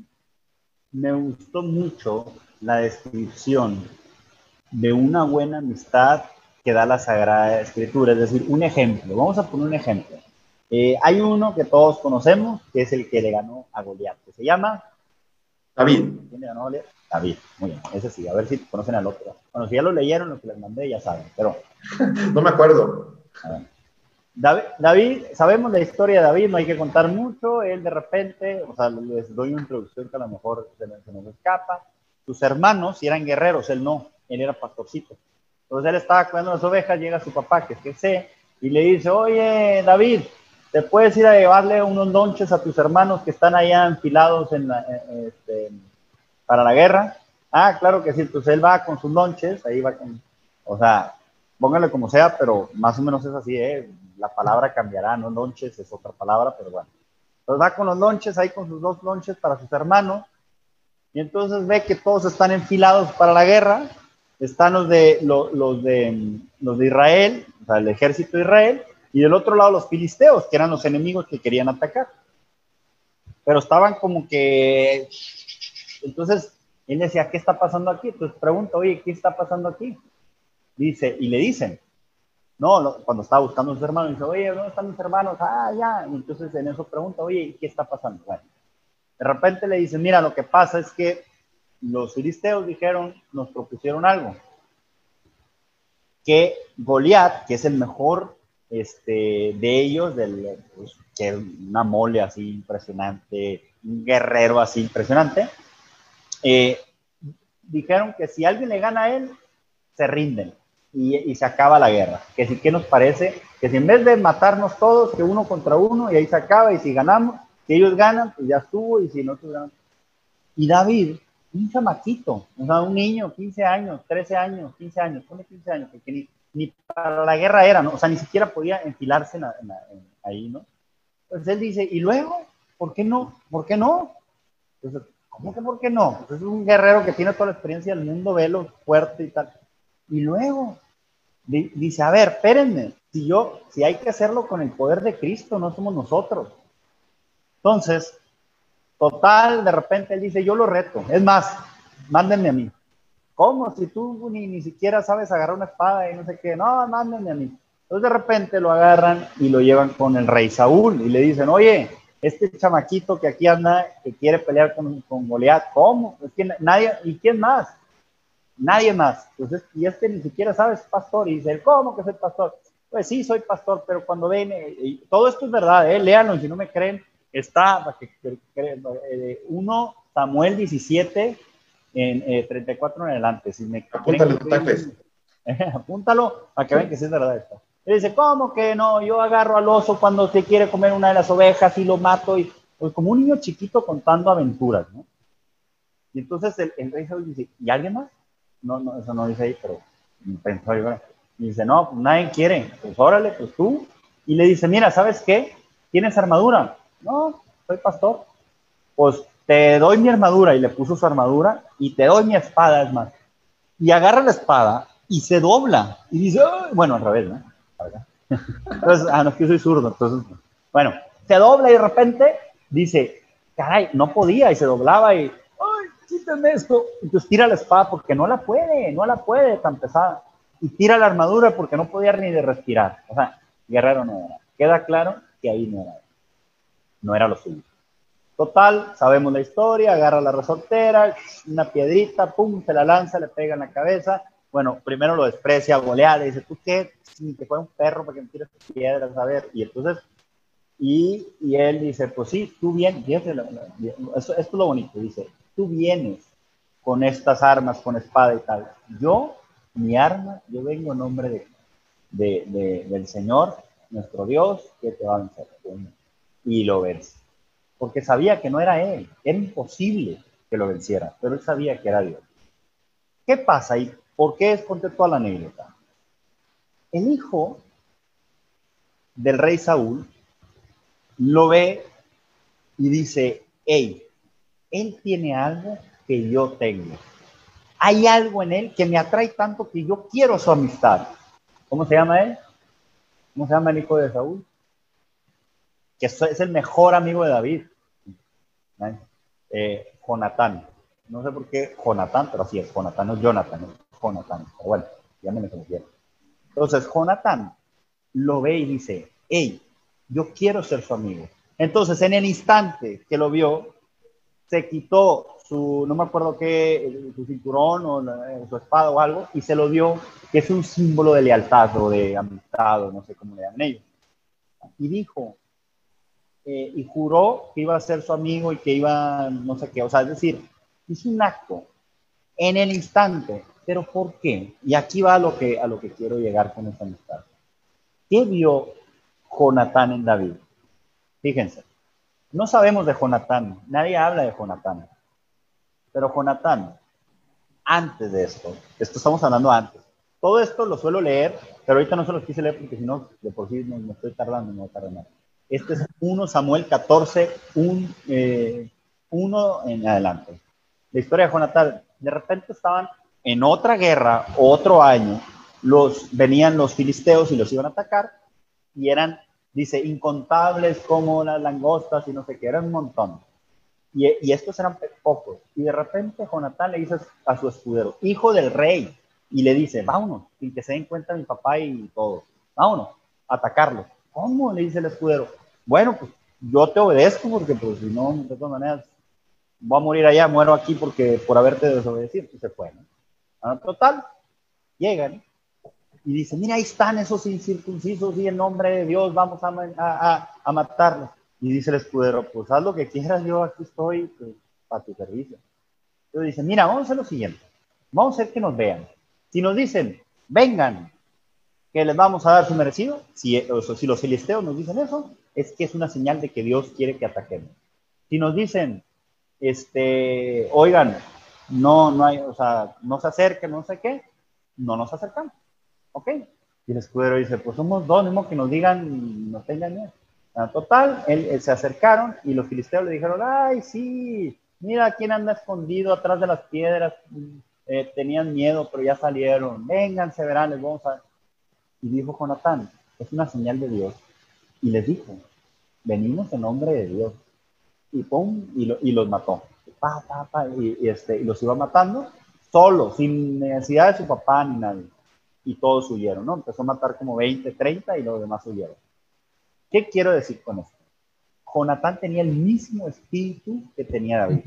me gustó mucho la descripción de una buena amistad que da la Sagrada Escritura, es decir, un ejemplo. Vamos a poner un ejemplo. Eh, hay uno que todos conocemos, que es el que le ganó a Goliat, que se llama David. ¿Quién le ganó a Goliat? David, muy bien, ese sí, a ver si conocen al otro. Bueno, si ya lo leyeron, lo que les mandé, ya saben, pero... No me acuerdo. David, David, sabemos la historia de David, no hay que contar mucho. Él de repente, o sea, les doy una introducción que a lo mejor se, se nos escapa. Sus hermanos, si eran guerreros, él no, él era pastorcito. Entonces él estaba cuidando las ovejas, llega su papá, que es que sé, y le dice, oye, David, ¿te puedes ir a llevarle unos lonches a tus hermanos que están allá enfilados en la, este, para la guerra? Ah, claro que sí. Entonces él va con sus lonches, ahí va con, o sea, póngale como sea, pero más o menos es así, ¿eh? La palabra cambiará, no lonches, es otra palabra, pero bueno. Entonces va con los lonches, ahí con sus dos lonches para sus hermanos, y entonces ve que todos están enfilados para la guerra, están los de, los, los de, los de Israel, o sea, el ejército de Israel, y del otro lado los filisteos, que eran los enemigos que querían atacar. Pero estaban como que... Entonces, él decía, ¿qué está pasando aquí? Entonces pregunta, oye, ¿qué está pasando aquí? Dice, y le dicen, no, no, cuando estaba buscando a sus hermanos, dice, oye, ¿dónde están mis hermanos? Ah, ya. Y entonces en eso pregunta, oye, ¿qué está pasando? Bueno, de repente le dicen, mira, lo que pasa es que los filisteos dijeron, nos propusieron algo, que Goliat, que es el mejor este, de ellos, del, pues, que es una mole así impresionante, un guerrero así impresionante, eh, dijeron que si alguien le gana a él, se rinden y, y se acaba la guerra. Que si, ¿qué nos parece? Que si en vez de matarnos todos, que uno contra uno y ahí se acaba, y si ganamos, si ellos ganan, pues ya estuvo, y si nosotros ganamos. Y David, un chamaquito, o sea, un niño, quince años, trece años, quince años, pone quince años, porque ni, ni para la guerra era, ¿no? O sea, ni siquiera podía enfilarse en la, en la, en, ahí, ¿no? Entonces él dice, ¿y luego? ¿Por qué no? ¿Por qué no? Entonces, ¿cómo que por qué no? Pues es un guerrero que tiene toda la experiencia del mundo, velo, fuerte y tal. Y luego, di, dice, a ver, espérenme, si yo, si hay que hacerlo con el poder de Cristo, no somos nosotros. Entonces, total, de repente él dice, yo lo reto, es más, mándenme a mí. ¿Cómo? Si tú ni, ni siquiera sabes agarrar una espada y no sé qué, no, mándenme a mí. Entonces de repente lo agarran y lo llevan con el rey Saúl y le dicen, oye, este chamaquito que aquí anda, que quiere pelear con, con Goliat, ¿cómo? Es que nadie, ¿y quién más? Nadie más. Entonces, y este ni siquiera sabe, es pastor. Y dice, ¿cómo que soy pastor? Pues sí, soy pastor, pero cuando ven, eh, y todo esto es verdad, eh, léanlo, si no me creen, está eh, uno Samuel diecisiete, en eh, treinta y cuatro en adelante. Si me Apúntalo, creen, eh, apúntalo para que vean que sí es verdad esto. Él dice, ¿cómo que no? Yo agarro al oso cuando se quiere comer una de las ovejas y lo mato, y pues como un niño chiquito contando aventuras, ¿no? Y entonces el, el rey Saúl dice, ¿y alguien más? No, no, eso no dice ahí, pero pensó yo. Y dice, no, pues nadie quiere. Pues órale, pues tú. Y le dice, mira, ¿sabes qué? ¿Tienes armadura? No, soy pastor. Pues te doy mi armadura. Y le puso su armadura y te doy mi espada, es más. Y agarra la espada y se dobla. Y dice, oh, bueno, al revés, ¿no? Entonces, ah, no, es que yo soy zurdo. Entonces, bueno, se dobla y de repente dice, caray, no podía y se doblaba y, ay, quítame esto. Entonces tira la espada porque no la puede, no la puede tan pesada. Y tira la armadura porque no podía ni de respirar. O sea, guerrero no era. Queda claro que ahí no era. No era lo suyo. Total, sabemos la historia, agarra la resortera, una piedrita, pum, se la lanza, le pega en la cabeza. Bueno, primero lo desprecia, golea, le dice, ¿tú qué? Ni que fuera un perro para que me tires piedras, a ver. Y entonces, y, y él dice, pues sí, tú vienes, fíjate, la, la, esto, esto es lo bonito, dice, tú vienes con estas armas, con espada y tal. Yo, mi arma, yo vengo en nombre de, de, de, del Señor, nuestro Dios, que te va a vencer. Y lo vence. Porque sabía que no era él, era imposible que lo venciera, pero él sabía que era Dios. ¿Qué pasa ahí? ¿Por qué les conté toda la anécdota? El hijo del rey Saúl lo ve y dice, hey, él tiene algo que yo tengo. Hay algo en él que me atrae tanto que yo quiero su amistad. ¿Cómo se llama él? ¿Cómo se llama el hijo de Saúl? Que es el mejor amigo de David. Eh, Jonatán. No sé por qué Jonatán, pero así es, Jonatán, no es Jonathan, es Jonatán. Pero bueno, ya me lo conocieron. Entonces, Jonatán lo ve y dice, hey, yo quiero ser su amigo. Entonces, en el instante que lo vio, se quitó su, no me acuerdo qué, su cinturón o la, su espada o algo, y se lo dio, que es un símbolo de lealtad o de amistad, o no sé cómo le llaman ellos. Y dijo, eh, y juró que iba a ser su amigo y que iba, no sé qué, o sea, es decir, hizo un acto en el instante. ¿Pero por qué? Y aquí va a lo que, a lo que quiero llegar con esta amistad. ¿Qué vio Jonatán en David? Fíjense, no sabemos de Jonatán, nadie habla de Jonatán, pero Jonatán, antes de esto, esto estamos hablando antes, todo esto lo suelo leer, pero ahorita no se los quise leer porque si no, de por sí me, me estoy tardando, no tarda nada. Este es primero Samuel catorce, uno eh, en adelante. La historia de Jonatán, de repente estaban en otra guerra, otro año, los, venían los filisteos y los iban a atacar, y eran, dice, incontables como las langostas y no sé qué, eran un montón. Y, y estos eran pocos. Y de repente Jonatán le dice a su escudero, hijo del rey, y le dice, vámonos, sin que se den cuenta mi papá y todo, vámonos, a atacarlos. ¿Cómo? Le dice el escudero. Bueno, pues yo te obedezco porque pues si no, de todas maneras, voy a morir allá, muero aquí porque por haberte desobedecido. Y se fue, ¿no? Ah, total, llegan y dicen, mira, ahí están esos incircuncisos y en nombre de Dios vamos a, a, a, a matarlos. Y dice el escudero, pues haz lo que quieras, yo aquí estoy pues, para tu servicio. Entonces dice, mira, vamos a hacer lo siguiente, vamos a hacer que nos vean. Si nos dicen, vengan, que les vamos a dar su merecido, si, o sea, si los filisteos nos dicen eso, es que es una señal de que Dios quiere que ataquemos. Si nos dicen, este, oigan, no, no hay, o sea, no se acerquen, no sé qué, no nos acercamos. ¿Ok? Y el escudero dice, pues somos dos, mismo que nos digan, nos tengan miedo. Total, él, él, se acercaron y los filisteos le dijeron, ay, sí, mira quién anda escondido atrás de las piedras, eh, tenían miedo, pero ya salieron, vénganse, verán, les vamos a... Y dijo Jonatán, es una señal de Dios. Y les dijo, venimos en nombre de Dios. Y pum, y, lo, y los mató. Pa, pa, pa, y, y, este, y los iba matando solo, sin necesidad de su papá ni nadie. Y todos huyeron, ¿no? Empezó a matar como veinte, treinta y los demás huyeron. ¿Qué quiero decir con esto? Jonatán tenía el mismo espíritu que tenía David.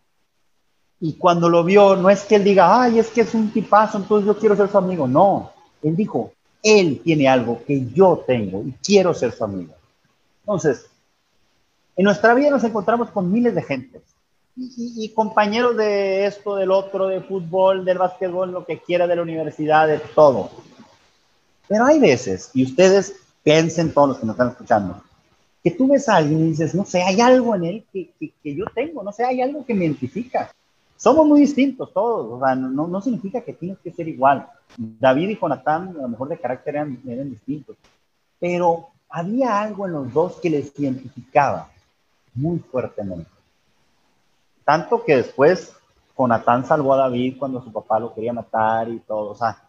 Y cuando lo vio, no es que él diga, ay, es que es un tipazo, entonces yo quiero ser su amigo. No, él dijo, él tiene algo que yo tengo y quiero ser su amigo. Entonces, en nuestra vida nos encontramos con miles de gentes. Y, y, y compañeros de esto, del otro, de fútbol, del básquetbol, lo que quiera, de la universidad, de todo. Pero hay veces, y ustedes piensen todos los que nos están escuchando, que tú ves a alguien y dices, no sé, hay algo en él que, que, que yo tengo, no sé, hay algo que me identifica. Somos muy distintos todos, o sea, no, no significa que tienes que ser igual. David y Jonatán, a lo mejor de carácter eran, eran distintos, pero había algo en los dos que les identificaba muy fuertemente. Tanto que después Jonatán salvó a David cuando su papá lo quería matar y todo, o sea,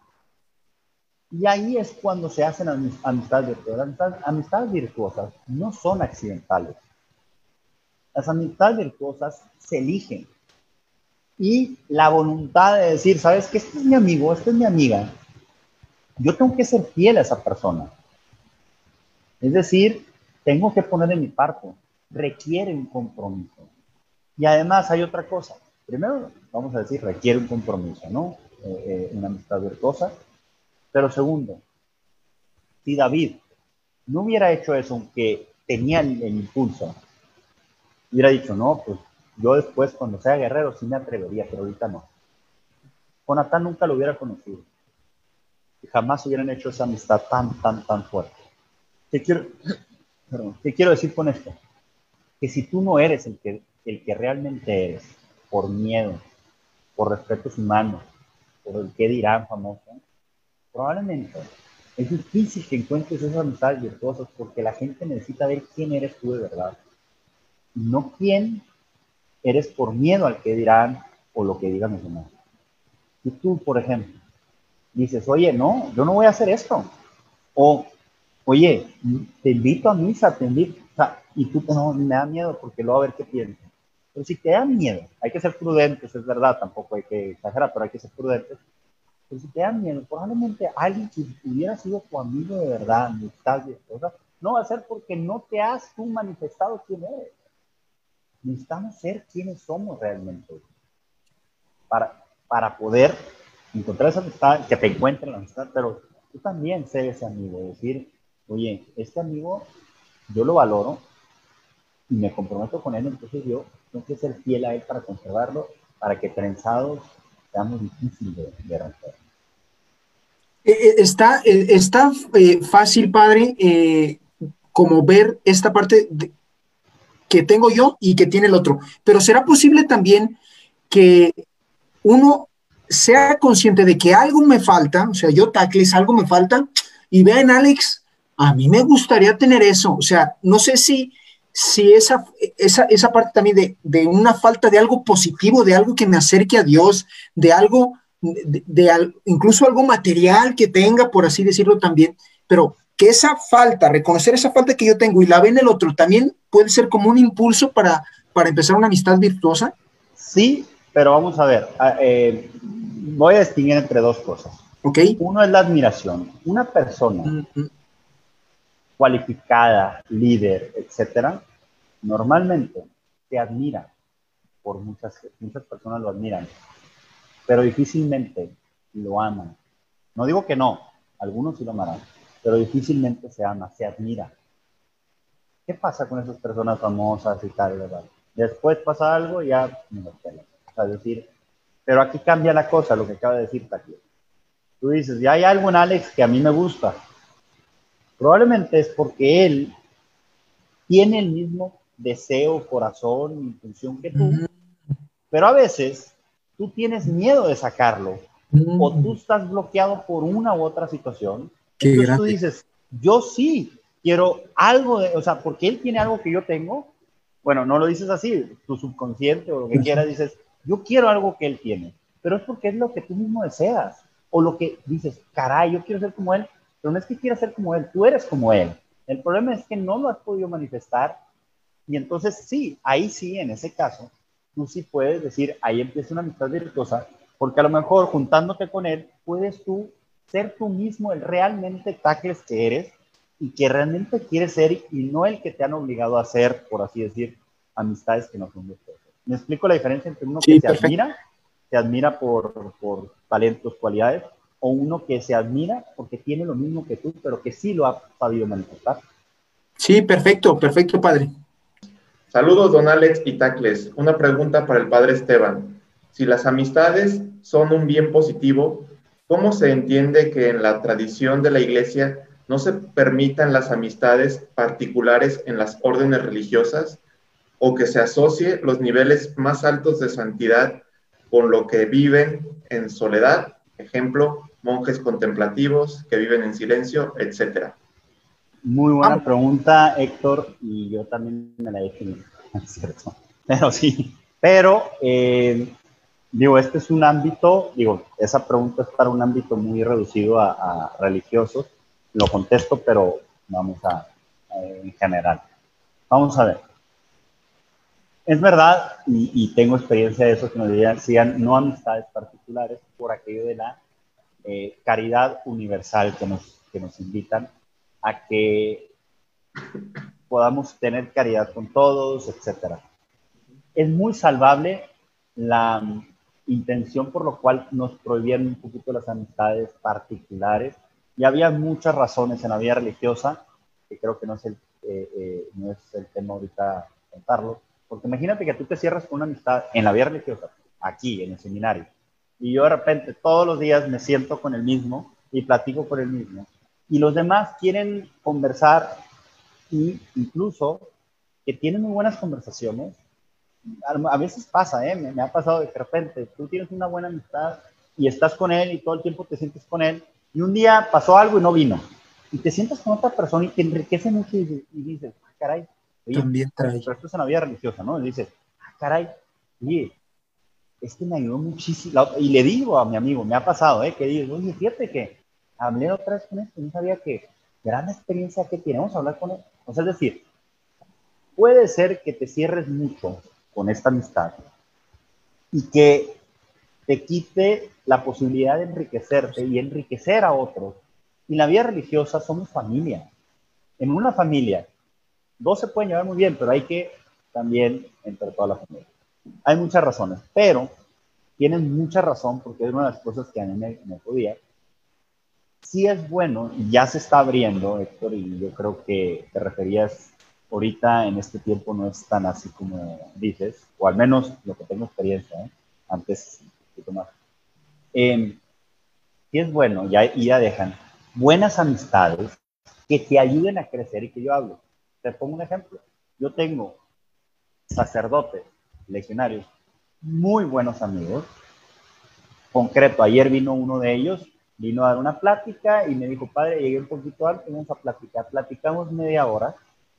y ahí es cuando se hacen amistades virtuosas. Amistades, amistades virtuosas no son accidentales. Las amistades virtuosas se eligen. y la voluntad de decir, ¿sabes qué? Este es mi amigo, esta es mi amiga. Yo tengo que ser fiel a esa persona. Es decir, tengo que poner de mi parte. Requiere un compromiso. Y además hay otra cosa. Primero, vamos a decir, requiere un compromiso, ¿no? Eh, eh, una amistad virtuosa. Pero segundo, si David no hubiera hecho eso, aunque tenía el, el impulso, hubiera dicho, no, pues yo después, cuando sea guerrero, sí me atrevería, pero ahorita no. Jonatán nunca lo hubiera conocido. Y jamás hubieran hecho esa amistad tan, tan, tan fuerte. ¿Qué quiero, perdón, ¿qué quiero decir con esto? Que si tú no eres el que, el que realmente eres, por miedo, por respetos humanos, por el qué dirán famoso, probablemente es difícil que encuentres esas amistades virtuosas porque la gente necesita ver quién eres tú de verdad. No quién eres por miedo al que dirán o lo que digan los demás. Si tú, por ejemplo, dices, oye, no, yo no voy a hacer esto. O, oye, te invito a misa, te invito. O sea, y tú, no, me da miedo porque luego a ver qué piensas. Pero si te da miedo, hay que ser prudentes, es verdad, tampoco hay que exagerar, pero hay que ser prudentes. Pero si te da miedo, probablemente alguien que hubiera sido tu amigo de verdad, amistad virtuosa, no va a ser porque no te has tú manifestado quién eres. Necesitamos ser quienes somos realmente para, para poder encontrar esa amistad, que te encuentren la amistad, pero tú también ser ese amigo, decir, oye, este amigo yo lo valoro y me comprometo con él, entonces yo tengo que ser fiel a él para conservarlo, para que trenzados seamos difíciles de, de romper. Eh, Está, eh, está eh, fácil, padre, eh, como ver esta parte de, que tengo yo y que tiene el otro. Pero ¿será posible también que uno sea consciente de que algo me falta? O sea, yo, Tacles, algo me falta, y vean, Alex, a mí me gustaría tener eso. O sea, no sé si, si esa, esa, esa parte también de, de una falta de algo positivo, de algo que me acerque a Dios, de algo, de, de, incluso algo material que tenga, por así decirlo también, pero que esa falta, reconocer esa falta que yo tengo y la ve en el otro, también puede ser como un impulso para, para empezar una amistad virtuosa. Sí, pero vamos a ver, eh, voy a distinguir entre dos cosas. Okay. Uno es la admiración. Una persona uh-huh. cualificada, líder, etcétera, normalmente te admira, por muchas, muchas personas lo admiran, pero difícilmente lo aman. No digo que no, algunos sí lo amarán, pero difícilmente se ama, se admira. ¿Qué pasa con esas personas famosas y tal, verdad? Después pasa algo y ya me lo pelan. O sea, es decir, pero aquí cambia la cosa, lo que acaba de decir Taqui. Tú dices, ya hay algo en Alex que a mí me gusta. Probablemente es porque él tiene el mismo deseo, corazón, intención que tú, mm. pero a veces tú tienes miedo de sacarlo, mm. o tú estás bloqueado por una u otra situación. Qué Entonces grande. Tú dices, yo sí quiero algo, de, o sea, porque él tiene algo que yo tengo. Bueno, no lo dices así, tu subconsciente o lo que quieras, dices, yo quiero algo que él tiene, pero es porque es lo que tú mismo deseas, o lo que dices, caray, yo quiero ser como él, pero no es que quieras ser como él, tú eres como él. El problema es que no lo has podido manifestar, y entonces sí, ahí sí, en ese caso, tú sí puedes decir, ahí empieza una amistad virtuosa, porque a lo mejor juntándote con él, puedes tú ser tú mismo el realmente Tacles que eres, y que realmente quieres ser, y no el que te han obligado a hacer, por así decir, amistades que no son virtuosas. ¿Me explico la diferencia entre uno sí, que perfecto. se admira, se admira por, por talentos, cualidades, o uno que se admira porque tiene lo mismo que tú, pero que sí lo ha sabido manifestar? Sí, perfecto, perfecto, padre. Saludos, don Alex y Tacles. Una pregunta para el padre Esteban. Si las amistades son un bien positivo, ¿cómo se entiende que en la tradición de la Iglesia no se permitan las amistades particulares en las órdenes religiosas, o que se asocie los niveles más altos de santidad con lo que viven en soledad? Ejemplo, monjes contemplativos que viven en silencio, etcétera. Muy buena ah. pregunta, Héctor, y yo también me la he hecho, es cierto, pero sí, pero eh, digo, este es un ámbito, digo, esa pregunta es para un ámbito muy reducido a, a religiosos. Lo contesto, pero vamos a, a, en general. Vamos a ver. Es verdad, y, y tengo experiencia de eso, que nos decían no amistades particulares por aquello de la eh, caridad universal que nos, que nos invitan a que podamos tener caridad con todos, etcétera. Es muy salvable la um, intención por lo cual nos prohibían un poquito las amistades particulares, y había muchas razones en la vida religiosa, que creo que no es el, eh, eh, no es el tema ahorita contarlo, porque imagínate que tú te cierras con una amistad en la vida religiosa, aquí en el seminario, y yo de repente todos los días me siento con el mismo y platico con el mismo, y los demás quieren conversar, y incluso que tienen muy buenas conversaciones. A veces pasa, ¿eh? me, me ha pasado de repente, tú tienes una buena amistad y estás con él y todo el tiempo te sientes con él, y un día pasó algo y no vino, y te sientas con otra persona y te enriquece mucho, y, y dices, ah, caray, oye, También trae. pero esto es en la vida religiosa, ¿no? Y dices, ah, caray, oye, es que me ayudó muchísimo, y le digo a mi amigo, me ha pasado, ¿eh? Que digo, oye, fíjate que hablé otra vez con él, no sabía que gran experiencia que tiene, vamos a hablar con él. O sea, es decir, puede ser que te cierres mucho con esta amistad y que te quite la posibilidad de enriquecerte y enriquecer a otros. Y en la vida religiosa somos familia. En una familia, dos se pueden llevar muy bien, pero hay que también entre toda la familia. Hay muchas razones, pero tienen mucha razón, porque es una de las cosas que a mí me, me podía. Sí es bueno, ya se está abriendo, Héctor, y yo creo que te referías ahorita en este tiempo no es tan así como dices, o al menos lo que tengo experiencia, ¿eh? Antes un poquito más. Eh, sí es bueno, ya, y ya dejan buenas amistades que te ayuden a crecer y que yo hablo. Te pongo un ejemplo. Yo tengo sacerdotes, legionarios, muy buenos amigos. Concreto, ayer vino uno de ellos, vino a dar una plática y me dijo, padre, llegué un poquito antes, vamos a platicar. Platicamos media hora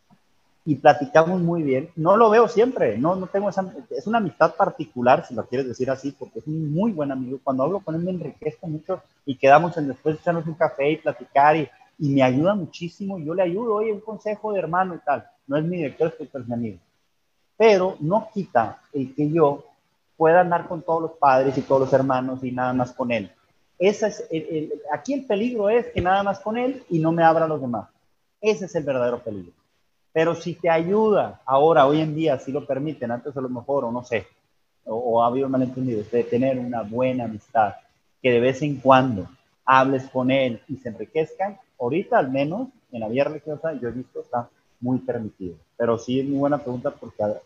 y platicamos muy bien. No lo veo siempre, no, no tengo esa, es una amistad particular, si lo quieres decir así, porque es un muy buen amigo. Cuando hablo con él me enriquezco mucho y quedamos en después de echarnos un café y platicar y, y me ayuda muchísimo. Yo le ayudo, oye, un consejo de hermano y tal. No es mi director, es mi amigo. Pero no quita el que yo pueda andar con todos los padres y todos los hermanos y nada más con él. Ese es el, el, aquí el peligro es que nada más con él y no me abra a los demás. Ese es el verdadero peligro. Pero si te ayuda, ahora, hoy en día, si lo permiten, antes a lo mejor, o no sé, o, o ha habido malentendidos, de tener una buena amistad, que de vez en cuando hables con él y se enriquezcan, ahorita al menos, en la vida religiosa, yo he visto, está muy permitido. Pero sí es muy buena pregunta porque a,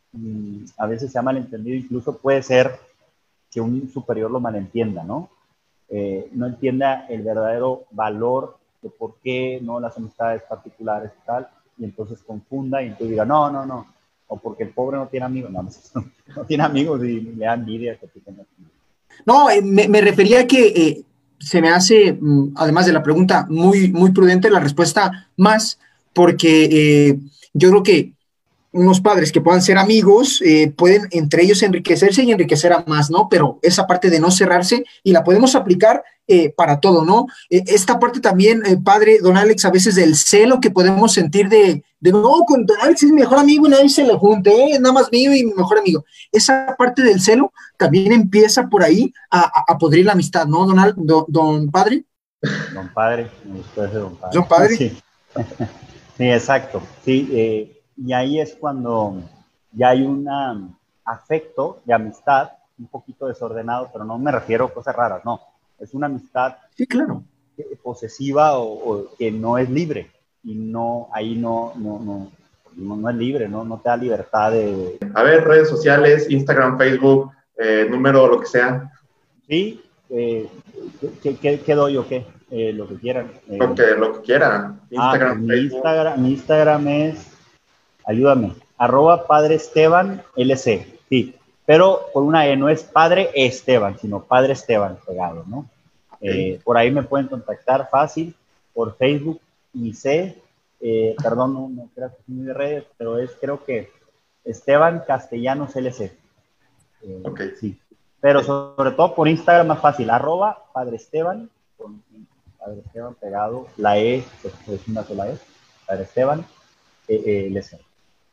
a veces se ha malentendido, incluso puede ser que un superior lo malentienda, ¿no? Eh, no entienda el verdadero valor de por qué no las amistades particulares y tal, y entonces confunda y entonces diga, no, no, no, o porque el pobre no tiene amigos, no, no, no tiene amigos y le da envidia que tenga amigos. No, eh, me, me refería a que eh, se me hace, mm, además de la pregunta, muy, muy prudente la respuesta más, porque eh, yo creo que unos padres que puedan ser amigos, eh, pueden entre ellos enriquecerse y enriquecer a más, ¿no? Pero esa parte de no cerrarse y la podemos aplicar eh, para todo, ¿no? Eh, esta parte también, eh, padre, don Alex, a veces del celo que podemos sentir de, de no, con don Alex es mi mejor amigo y nadie se le junte, ¿eh? Nada más mío y mi mejor amigo. Esa parte del celo también empieza por ahí a, a, a podrir la amistad, ¿no, don, don, don padre? Don padre, me gustó ese don padre. Don padre. Sí, sí, exacto, sí, eh, y ahí es cuando ya hay un afecto de amistad un poquito desordenado, pero no me refiero a cosas raras, no. Es una amistad sí, claro, posesiva o, o que no es libre. Y no, ahí no, no, no, no, no es libre, no, no te da libertad de... A ver, redes sociales, Instagram, Facebook, eh, número, lo que sea. Sí, eh, ¿qué, qué, ¿qué doy o qué? Eh, lo que quieran. Eh, lo, que, lo que quieran. Instagram, ah, mi, Instagram, mi Instagram es... Ayúdame, arroba Padre Esteban L C, sí, pero con una E, no es Padre Esteban, sino Padre Esteban pegado, ¿no? Okay. Eh, por ahí me pueden contactar fácil, por Facebook, y sé, eh, perdón, no, no creo que es muy de redes, pero es creo que Esteban Castellanos L C. Eh, okay. Sí, pero sobre todo por Instagram más fácil, arroba Padre Esteban, con Padre Esteban pegado, la E, es una sola E, Padre Esteban, eh, eh, L C.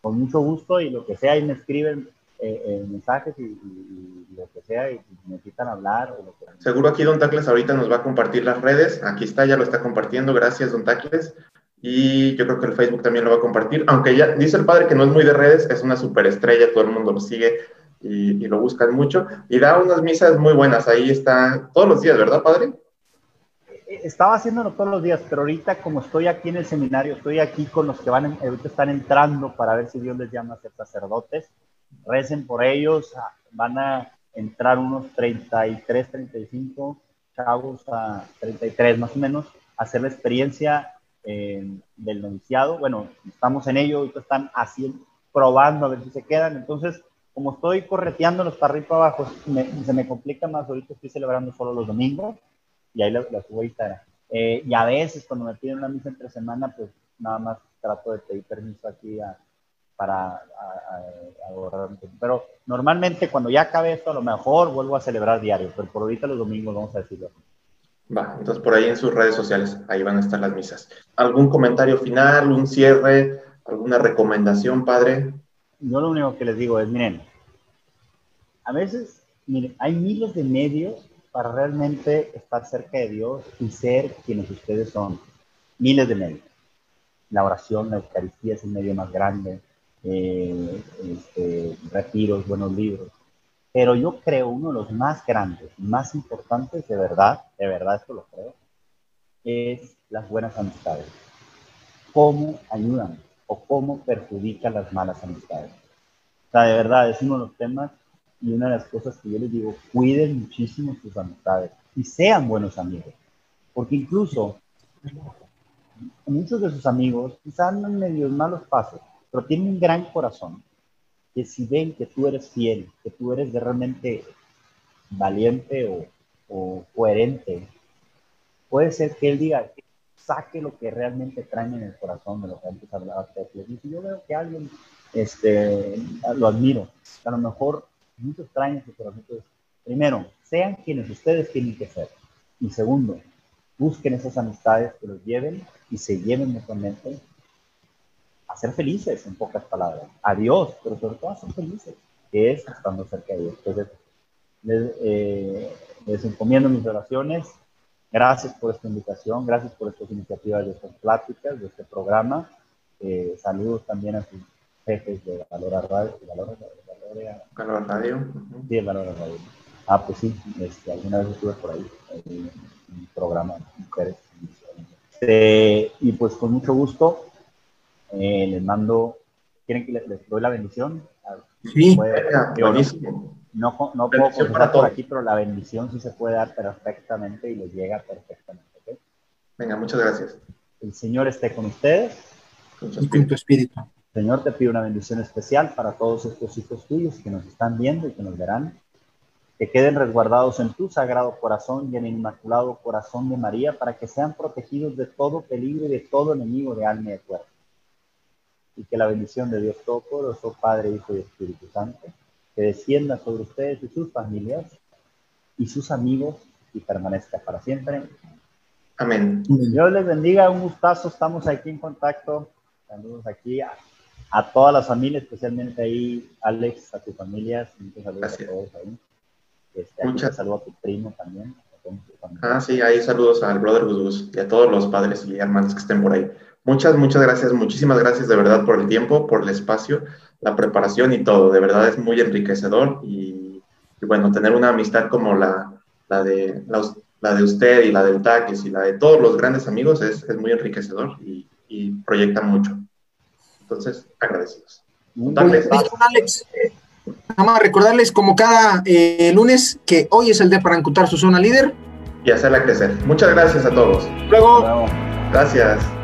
con mucho gusto y lo que sea, y me escriben eh, eh, mensajes y, y, y lo que sea, y si necesitan hablar. O lo que... Seguro aquí Don Tacles ahorita nos va a compartir las redes. Aquí está, ya lo está compartiendo. Gracias, Don Tacles. Y yo creo que el Facebook también lo va a compartir. Aunque ya dice el padre que no es muy de redes, es una superestrella, todo el mundo lo sigue y, y lo buscan mucho. Y da unas misas muy buenas. Ahí está todos los días, ¿verdad, padre? Estaba haciéndolo todos los días, pero ahorita como estoy aquí en el seminario, estoy aquí con los que van, ahorita están entrando para ver si Dios les llama a ser sacerdotes. Recen por ellos, van a entrar unos treinta y tres, treinta y cinco chavos a treinta y tres más o menos, a hacer la experiencia eh, del noviciado. Bueno, estamos en ello, ahorita están haciendo, probando a ver si se quedan. Entonces, como estoy correteándolos para arriba y para abajo, me, se me complica más. Ahorita estoy celebrando solo los domingos y ahí la, la subo a Instagram. Eh, y a veces cuando me piden una misa entre semana, pues nada más trato de pedir permiso aquí a, para ahorrar un tiempo. Pero normalmente cuando ya acabe esto, a lo mejor vuelvo a celebrar diario, pero por ahorita los domingos vamos a decirlo. Va, entonces por ahí en sus redes sociales, ahí van a estar las misas. ¿Algún comentario final, un cierre, alguna recomendación, padre? Yo lo único que les digo es, miren, a veces, miren, hay miles de medios para realmente estar cerca de Dios y ser quienes ustedes son. Miles de medios. La oración, la Eucaristía es el medio más grande, eh, este, retiros, buenos libros. Pero yo creo uno de los más grandes, más importantes, de verdad, de verdad esto lo creo, es las buenas amistades. ¿Cómo ayudan o cómo perjudican las malas amistades? O sea, de verdad, es uno de los temas y una de las cosas que yo les digo, cuiden muchísimo sus amistades y sean buenos amigos. Porque incluso muchos de sus amigos quizás andan medio malos pasos, pero tienen un gran corazón, que si ven que tú eres fiel, que tú eres de realmente valiente o, o coherente, puede ser que él diga, saque lo que realmente traen en el corazón de lo que antes hablaba. Y si yo veo que alguien este, lo admiro, a lo mejor muchos traen en su corazón. Entonces, primero, sean quienes ustedes tienen que ser. Y segundo, busquen esas amistades que los lleven y se lleven mutuamente a ser felices, en pocas palabras. A Dios, pero sobre todo a ser felices, que es estando cerca de Dios. Entonces, les, eh, les encomiendo mis oraciones. Gracias por esta invitación, gracias por estas iniciativas de estas pláticas, de este programa. Eh, saludos también a sus jefes de Valora Radio. De Valora, de Valora, Valora Radio. Sí, de Valora Radio. Ah, pues sí, este, alguna vez estuve por ahí, en un programa de mujeres. Eh, y pues con mucho gusto eh, les mando, ¿quieren que les, les doy la bendición? Sí, puede, venga, buenísimo. No, no, no puedo confesar por aquí, pero la bendición sí se puede dar perfectamente y les llega perfectamente. ¿Okay? Venga, muchas gracias. El Señor esté con ustedes. Con y con tu espíritu. Señor, te pido una bendición especial para todos estos hijos tuyos que nos están viendo y que nos verán. Que queden resguardados en tu sagrado corazón y en el inmaculado corazón de María para que sean protegidos de todo peligro y de todo enemigo de alma y de cuerpo. Y que la bendición de Dios Todopoderoso, Padre, Hijo y Espíritu Santo, que descienda sobre ustedes y sus familias y sus amigos y permanezca para siempre. Amén. Dios les bendiga, un gustazo, estamos aquí en contacto. Saludos aquí a, a todas las familias, especialmente ahí, Alex, a tu familia. Muchos saludos Gracias. a todos ahí. Este, Muchas. Saludos a tu primo también. Ah, sí, ahí saludos al brother Gus Gus y a todos los padres y hermanos que estén por ahí. Muchas, muchas gracias, muchísimas gracias de verdad por el tiempo, por el espacio, la preparación y todo. De verdad es muy enriquecedor y, y bueno, tener una amistad como la, la, de, la, la de usted y la del Taques y la de todos los grandes amigos es, es muy enriquecedor y, y proyecta mucho. Entonces, agradecidos. Pues, Alex, nada más recordarles como cada eh, lunes que hoy es el día para encontrar su zona líder y hacerla crecer. Muchas gracias a todos. Luego. Bravo. Gracias.